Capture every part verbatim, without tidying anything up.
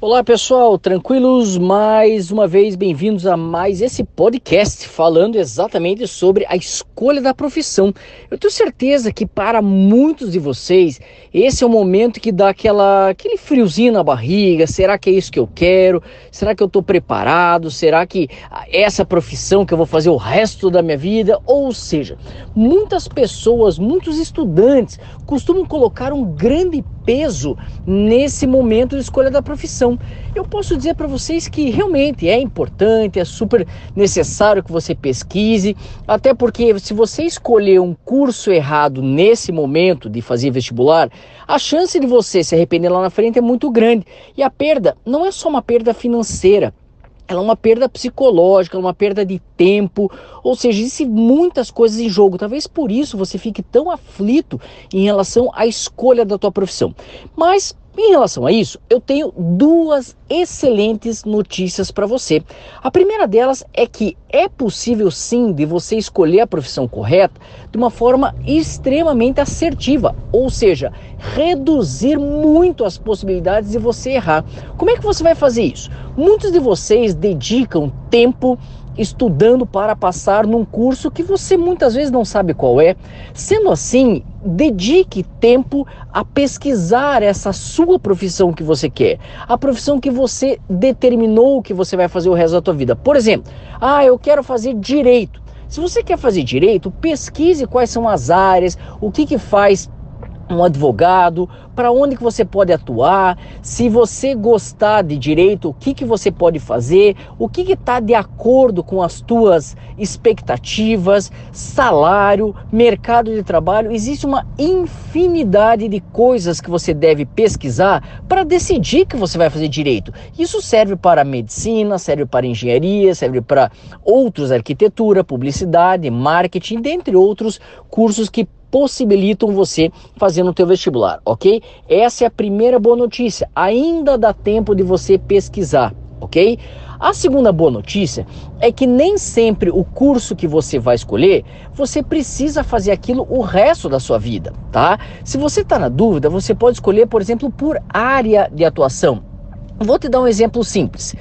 Olá pessoal, tranquilos? Mais uma vez bem-vindos a mais esse podcast falando exatamente sobre a escolha da profissão. Eu tenho certeza que para muitos de vocês esse é o momento que dá aquela, aquele friozinho na barriga. Será que é isso que eu quero? Será que eu estou preparado? Será que essa profissão que eu vou fazer o resto da minha vida? Ou seja, muitas pessoas, muitos estudantes costumam colocar um grande peso nesse momento de escolha da profissão. Eu posso dizer para vocês que realmente é importante, é super necessário que você pesquise, até porque se você escolher um curso errado nesse momento de fazer vestibular, a chance de você se arrepender lá na frente é muito grande. E a perda não é só uma perda financeira, ela é uma perda psicológica, uma perda de tempo, ou seja, existem muitas coisas em jogo. Talvez por isso você fique tão aflito em relação à escolha da tua profissão. Mas em relação a isso, eu tenho duas excelentes notícias para você. A primeira delas é que é possível sim de você escolher a profissão correta de uma forma extremamente assertiva, ou seja, reduzir muito as possibilidades de você errar. Como é que você vai fazer isso? Muitos de vocês dedicam tempo estudando para passar num curso que você muitas vezes não sabe qual é. Sendo assim, dedique tempo a pesquisar essa sua profissão que você quer, a profissão que você determinou que você vai fazer o resto da tua vida. Por exemplo, ah, eu quero fazer direito. Se você quer fazer direito, pesquise quais são as áreas, o que que faz um advogado, para onde que você pode atuar, se você gostar de direito, o que que você pode fazer, o que que está de acordo com as tuas expectativas, salário, mercado de trabalho. Existe uma infinidade de coisas que você deve pesquisar para decidir que você vai fazer direito. Isso serve para medicina, serve para engenharia, serve para outros, arquitetura, publicidade, marketing, dentre outros cursos que possibilitam você fazer no teu vestibular, ok? Essa é a primeira boa notícia. Ainda dá tempo de você pesquisar, ok? A segunda boa notícia é que nem sempre o curso que você vai escolher, você precisa fazer aquilo o resto da sua vida, tá? Se você está na dúvida, você pode escolher, por exemplo, por área de atuação. Vou te dar um exemplo simples.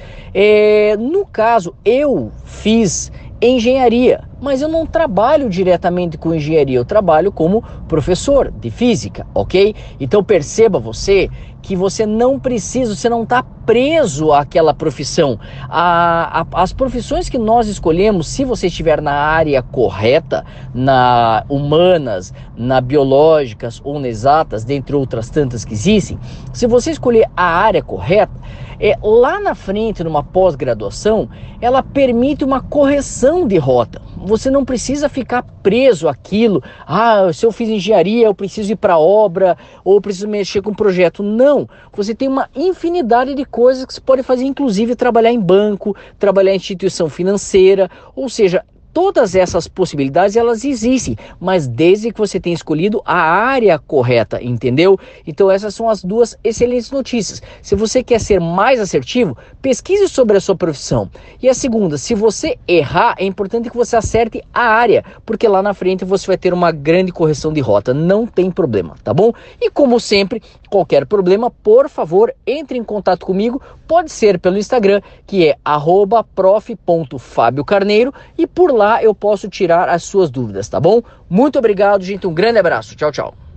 É, no caso, eu fiz engenharia, mas eu não trabalho diretamente com engenharia, eu trabalho como professor de física, ok? Então perceba você que você não precisa, você não está preso àquela profissão. A, a, as profissões que nós escolhemos, se você estiver na área correta, na humanas, na biológicas ou nas exatas, dentre outras tantas que existem, se você escolher a área correta, é, lá na frente, numa pós-graduação, ela permite uma correção de rota. Você não precisa ficar preso àquilo. Ah, se eu fiz engenharia, eu preciso ir para obra, ou eu preciso mexer com projeto. Não, você tem uma infinidade de coisas que você pode fazer, inclusive trabalhar em banco, trabalhar em instituição financeira, ou seja, todas essas possibilidades, elas existem, mas desde que você tenha escolhido a área correta, entendeu? Então essas são as duas excelentes notícias. Se você quer ser mais assertivo, pesquise sobre a sua profissão. E a segunda, se você errar, é importante que você acerte a área, porque lá na frente você vai ter uma grande correção de rota, não tem problema, tá bom? E como sempre, qualquer problema, por favor, entre em contato comigo, pode ser pelo Instagram, que é arroba prof ponto fabio carneiro, e por lá eu posso tirar as suas dúvidas, tá bom? Muito obrigado, gente, um grande abraço, tchau, tchau.